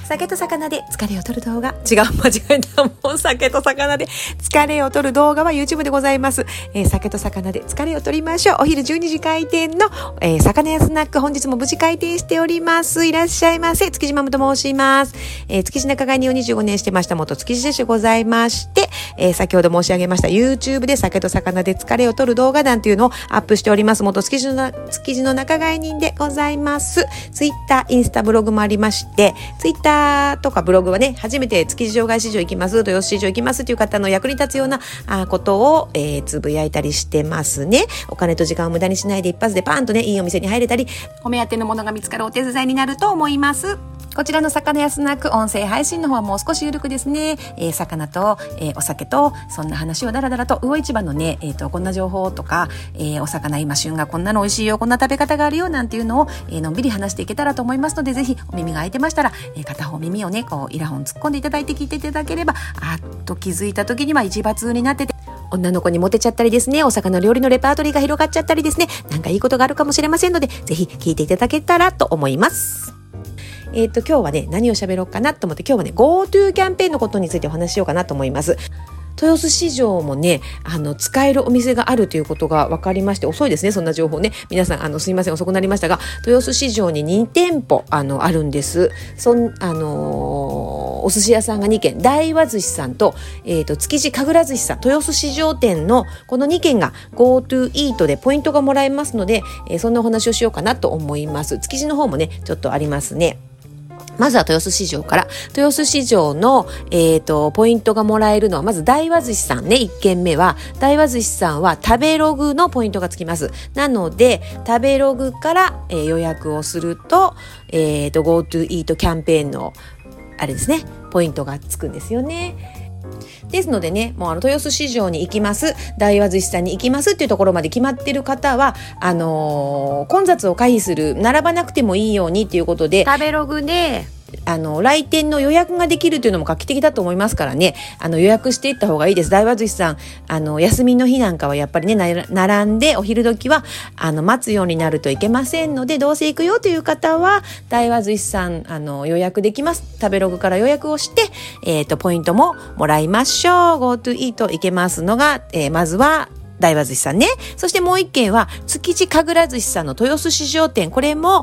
酒と魚で疲れを取る動画。間違えた。もう酒と魚で疲れを取る動画は YouTube でございます。酒と魚で疲れを取りましょう。お昼12時開店の、魚屋スナック、本日も無事開店しております。いらっしゃいませ。築地マムと申します。築地仲買人を25年してました元築地でございまして、先ほど申し上げました YouTube で酒と魚で疲れを取る動画なんていうのをアップしております。元築地の仲買人でございます。Twitter、インスタ、ブログもありまして、Twitterとかブログはね、初めて築地場外市場行きます、豊洲市場行きますという方の役に立つようなことを、つぶやいたりしてますね。お金と時間を無駄にしないで一発でパーンとね、いいお店に入れたり、お目当てのものが見つかるお手伝いになると思います。こちらの魚屋スナック音声配信の方はもう少し緩くですね、魚と、お酒とそんな話をだらだらと魚市場のね、こんな情報とか、お魚今旬がこんなの美味しいよ、こんな食べ方があるよなんていうのを、のんびり話していけたらと思いますので、ぜひお耳が開いてましたら、片方耳をねこうイヤホン突っ込んでいただいて聞いていただければ、あっと気づいた時には一抜通になってて、女の子にモテちゃったりですね、お魚料理のレパートリーが広がっちゃったりですね、なんかいいことがあるかもしれませんので、ぜひ聞いていただけたらと思います。今日はね、何を喋ろうかなと思って、今日はね GoTo キャンペーンのことについてお話ししようかなと思います。豊洲市場もね、使えるお店があるということが分かりまして、遅いですね、そんな情報ね。皆さん、すいません、遅くなりましたが、豊洲市場に2店舗、あるんです。お寿司屋さんが2軒、大和寿司さんと、築地神楽寿司さん、豊洲市場店のこの2軒が GoTo イートでポイントがもらえますので、そんなお話をしようかなと思います。築地の方もね、ちょっとありますね。まずは豊洲市場から。豊洲市場の、ポイントがもらえるのは、まず大和寿司さんね、1軒目は、大和寿司さんは食べログのポイントがつきます。なので、食べログから、予約をすると、GoTo イートキャンペーンの、あれですね、ポイントがつくんですよね。ですのでね、もう豊洲市場に行きます、大和寿司さんに行きますっていうところまで決まってる方は、混雑を回避する、並ばなくてもいいようにっていうことで、食べログで来店の予約ができるというのも画期的だと思いますからね、予約していった方がいいです。大和寿司さん、休みの日なんかはやっぱりね、並んでお昼時は待つようになるといけませんので、どうせ行くよという方は大和寿司さん予約できます。食べログから予約をして、ポイントももらいましょう。 GoTo イート行けますのが、まずは大和寿司さんね。そしてもう一軒は築地神楽寿司さんの豊洲市場店。これも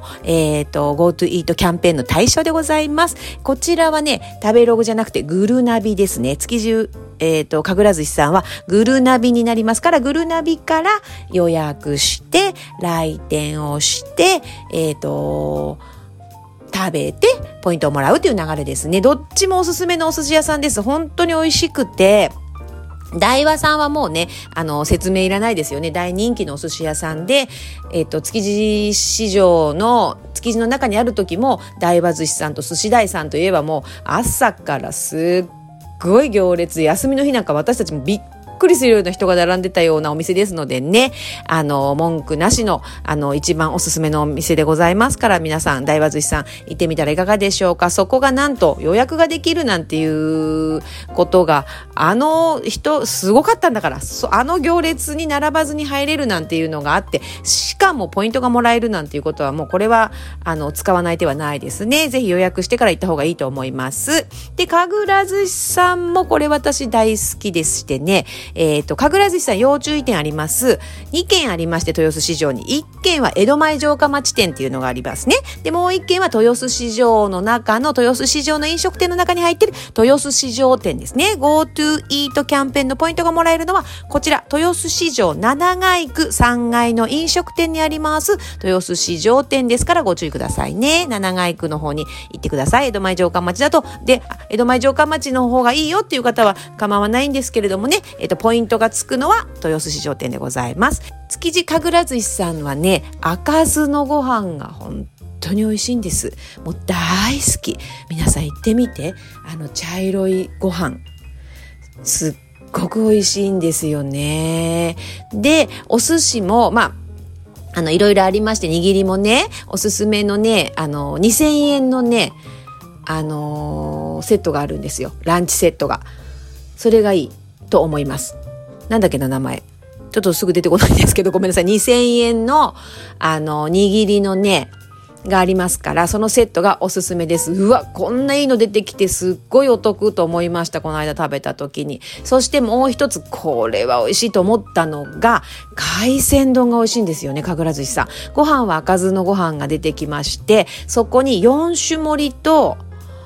GoTo イートキャンペーンの対象でございます。こちらはね、食べログじゃなくてグルナビですね。築地神楽寿司さんはグルナビになりますから、グルナビから予約して来店をして食べてポイントをもらうという流れですね。どっちもおすすめのお寿司屋さんです。本当に美味しくて、大和さんはもうね、説明いらないですよね。大人気のお寿司屋さんで、築地市場の築地の中にある時も、大和寿司さんと寿司大さんといえばもう朝からすっごい行列、休みの日なんか私たちもびっくりするような人が並んでたようなお店ですのでね、文句なしの一番おすすめのお店でございますから、皆さん大和寿司さん行ってみたらいかがでしょうか。そこがなんと予約ができるなんていうことが、人すごかったんだから、行列に並ばずに入れるなんていうのがあって、しかもポイントがもらえるなんていうことは、もうこれは使わない手はないですね。ぜひ予約してから行った方がいいと思います。で、神楽寿司さんもこれ私大好きでしてね、神楽寿司さん要注意点あります。2軒ありまして、豊洲市場に。1軒は江戸前城下町店っていうのがありますね。で、もう1軒は豊洲市場の中の、豊洲市場の飲食店の中に入っている豊洲市場店ですね。GoTo イートキャンペーンのポイントがもらえるのは、こちら、豊洲市場7階区3階の飲食店にあります、豊洲市場店ですからご注意くださいね。7階区の方に行ってください。江戸前城下町だと。で、江戸前城下町の方がいいよっていう方は構わないんですけれどもね、ポイントがつくのは豊洲市場店でございます。築地神楽寿司さんはね、赤酢のご飯が本当に美味しいんです。もう大好き。皆さん行ってみて。茶色いご飯すっごく美味しいんですよね。で、お寿司もいろいろありまして、握りもね、おすすめのね、2000円のね、セットがあるんですよ。ランチセットが。それがいいと思います。なんだっけな、名前。ちょっとすぐ出てこないんですけど、ごめんなさい。2000円の、握りのね、 がありますから、そのセットがおすすめです。うわ、こんないいの出てきてすっごいお得と思いました、この間食べた時に。そしてもう一つ、これは美味しいと思ったのが、海鮮丼が美味しいんですよね、神楽寿司さん。ご飯は赤酢のご飯が出てきまして、そこに4種盛りと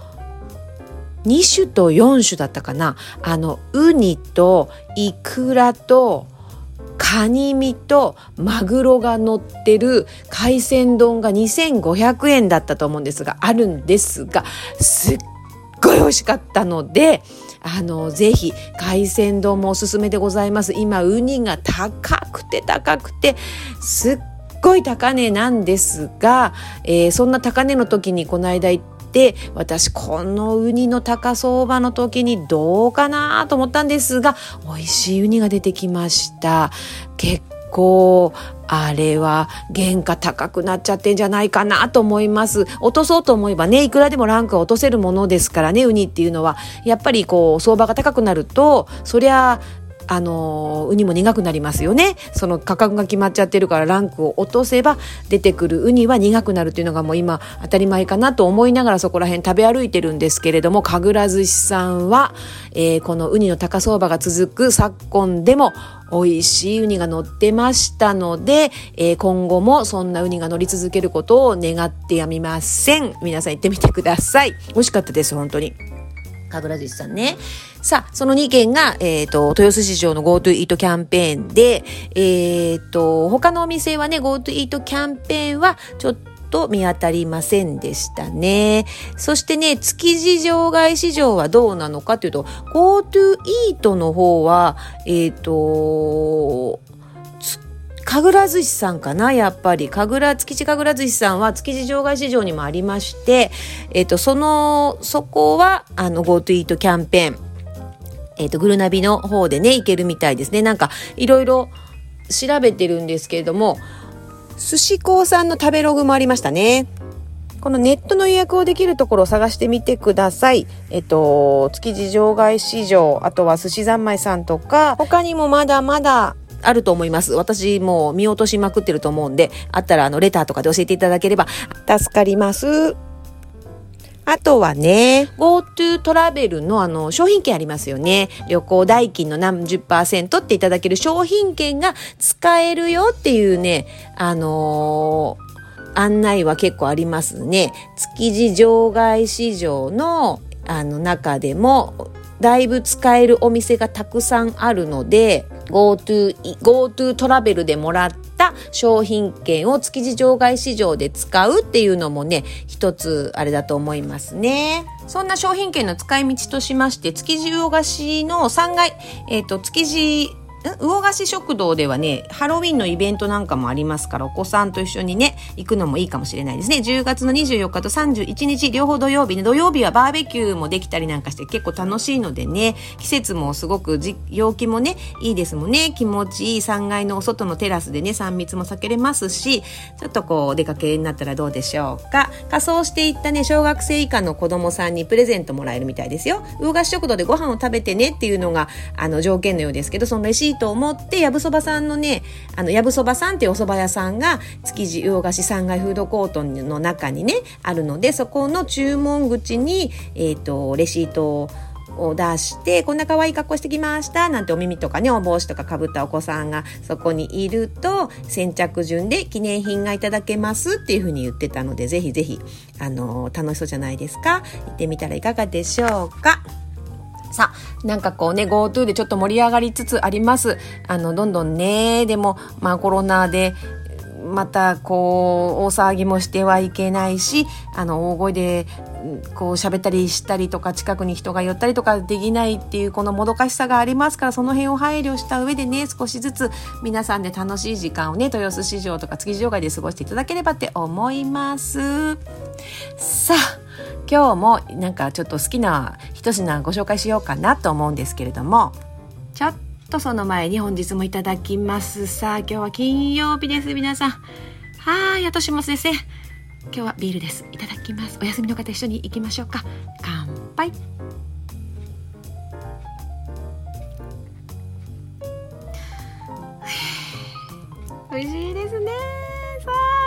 2種と4種だったかな、ウニとイクラとカニ身とマグロが乗ってる海鮮丼が2500円だったと思うんですが、あるんですが、すっごい美味しかったので、ぜひ海鮮丼もおすすめでございます。今ウニが高くてすっごい高値なんですが、そんな高値の時にこの間行って、私このウニの高相場の時にどうかなと思ったんですが、美味しいウニが出てきました。結構あれは原価高くなっちゃってんじゃないかなと思います。落とそうと思えばね、いくらでもランクは落とせるものですからね、ウニっていうのはやっぱり相場が高くなると、そりゃウニも苦くなりますよね。その価格が決まっちゃってるから、ランクを落とせば出てくるウニは苦くなるっていうのがもう今当たり前かなと思いながら、そこら辺食べ歩いてるんですけれども、神楽寿司さんは、このウニの高相場が続く昨今でも美味しいウニが乗ってましたので、今後もそんなウニが乗り続けることを願ってやみません。皆さん行ってみてください。美味しかったです、本当に。神楽寿司さんね。さあ、その2件が、豊洲市場の GoTo イートキャンペーンで、他のお店はね、GoTo イートキャンペーンはちょっと見当たりませんでしたね。そしてね、築地場外市場はどうなのかというと、GoTo イートの方は、神楽寿司さんかな、やっぱり築地神楽寿司さんは築地場外市場にもありまして、そこはGoTo イートキャンペーン、グルナビの方でね行けるみたいですね。なんかいろいろ調べてるんですけれども、寿司幸さんの食べログもありましたね。このネットの予約をできるところを探してみてください。築地場外市場、あとは寿司三昧さんとか、他にもまだまだあると思います。私もう見落としまくってると思うんで、あったらレターとかで教えていただければ助かります。あとはね、GoTo トラベルの商品券ありますよね。旅行代金の何10%っていただける商品券が使えるよっていうね、案内は結構ありますね。築地場外市場の中でもだいぶ使えるお店がたくさんあるので、GoTo トラベルでもらった商品券を築地場外市場で使うっていうのもね、一つあれだと思いますね。そんな商品券の使い道としまして、築地魚菓子の3階、築地魚菓子食堂ではね、ハロウィンのイベントなんかもありますから、お子さんと一緒にね行くのもいいかもしれないですね。10月の24日と31日両方土曜日ね、土曜日はバーベキューもできたりなんかして結構楽しいのでね、季節もすごく陽気もねいいですもんね。気持ちいい3階のお外のテラスでね、3密も避けれますし、ちょっとお出かけになったらどうでしょうか。仮装していったね小学生以下の子供さんにプレゼントもらえるみたいですよ。魚菓子食堂でご飯を食べてねっていうのが条件のようですけど、そのレシートを持ってやぶそばさんのね、やぶそばさんっていうお蕎麦屋さんが築地魚菓子3階フードコートの中にねあるので、そこの注文口にレシートを出して、こんな可愛い格好してきましたなんてお耳とかねお帽子とかかぶったお子さんがそこにいると、先着順で記念品がいただけますっていう風に言ってたので、ぜひぜひ楽しそうじゃないですか。行ってみたらいかがでしょうか。さあ、なんかGoTo でちょっと盛り上がりつつあります。どんどんね、でもコロナでまた大騒ぎもしてはいけないし、大声で喋ったりしたりとか、近くに人が寄ったりとかできないっていうこのもどかしさがありますから、その辺を配慮した上でね、少しずつ皆さんで楽しい時間をね、豊洲市場とか築地場外で過ごしていただければって思います。さあ、今日もなんかちょっと好きな一品ご紹介しようかなと思うんですけれども、ちょっとその前に本日もいただきます。さあ、今日は金曜日です。皆さん、はい、あとしますですね。今日はビールです。いただきます。お休みの方一緒に行きましょうか。乾杯。美味しいですね。さあ、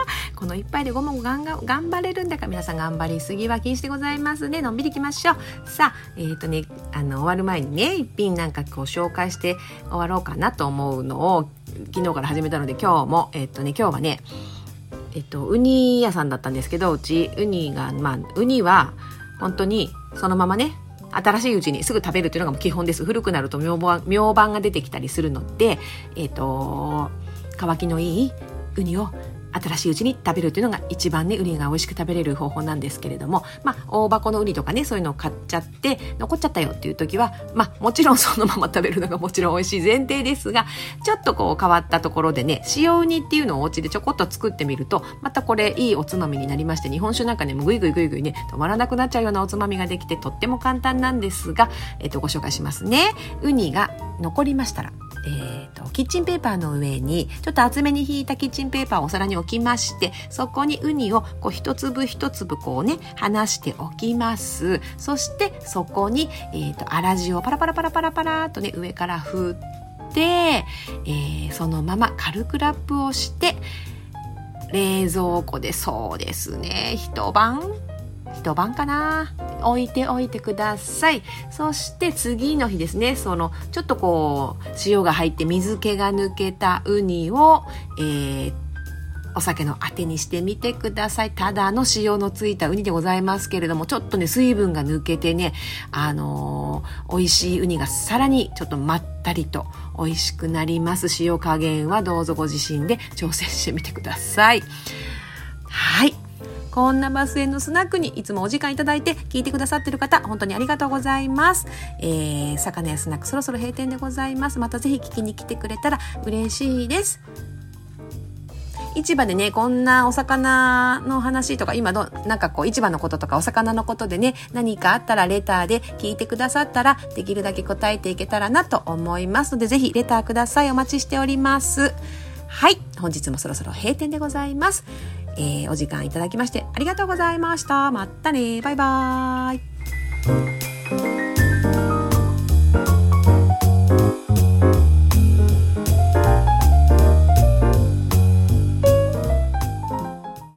この一杯で5問頑張れるんだから、皆さん頑張りすぎは禁止でございますね。のんびりいきましょう。さあ、終わる前にね、一品なんかこう紹介して終わろうかなと思うのを昨日から始めたので、今日も今日はね、ウニ屋さんだったんですけど、うちウニは本当にそのままね、新しいうちにすぐ食べるというのが基本です。古くなると明晩が出てきたりするので、乾きのいいウニを新しいうちに食べるというのが一番ね、ウニが美味しく食べれる方法なんですけれども、大箱のウニとかね、そういうのを買っちゃって残っちゃったよっていう時は、もちろんそのまま食べるのがもちろん美味しい前提ですが、ちょっとこう変わったところでね、塩ウニっていうのをお家でちょこっと作ってみると、またこれいいおつまみになりまして、日本酒なんかね、ぐいぐいね止まらなくなっちゃうようなおつまみができて、とっても簡単なんですが、ご紹介しますね。ウニが残りましたら、キッチンペーパーの上にちょっと厚めに引いたキッチンペーパーをお皿に置きまして、そこにウニをこう一粒一粒こうね離しておきます。そしてそこに、粗塩をパラパラとね上から振って、そのまま軽くラップをして冷蔵庫で、そうですね、一晩かな、置いておいてください。そして次の日ですね、そのちょっとこう塩が入って水気が抜けたウニを、お酒のあてにしてみてください。ただの塩のついたウニでございますけれども、ちょっとね水分が抜けてね、美味しいウニがさらにちょっとまったりと美味しくなります。塩加減はどうぞご自身で調整してみてください。はい、こんなバスへのスナックにいつもお時間いただいて聞いてくださっている方、本当にありがとうございます。魚屋スナックそろそろ閉店でございます。またぜひ聞きに来てくれたら嬉しいです。市場でね、こんなお魚の話とか、今なんかこう市場のこととかお魚のことでね、何かあったらレターで聞いてくださったら、できるだけ答えていけたらなと思いますので、ぜひレターください。お待ちしております。はい、本日もそろそろ閉店でございます。お時間いただきましてありがとうございました。またね、バイバーイ。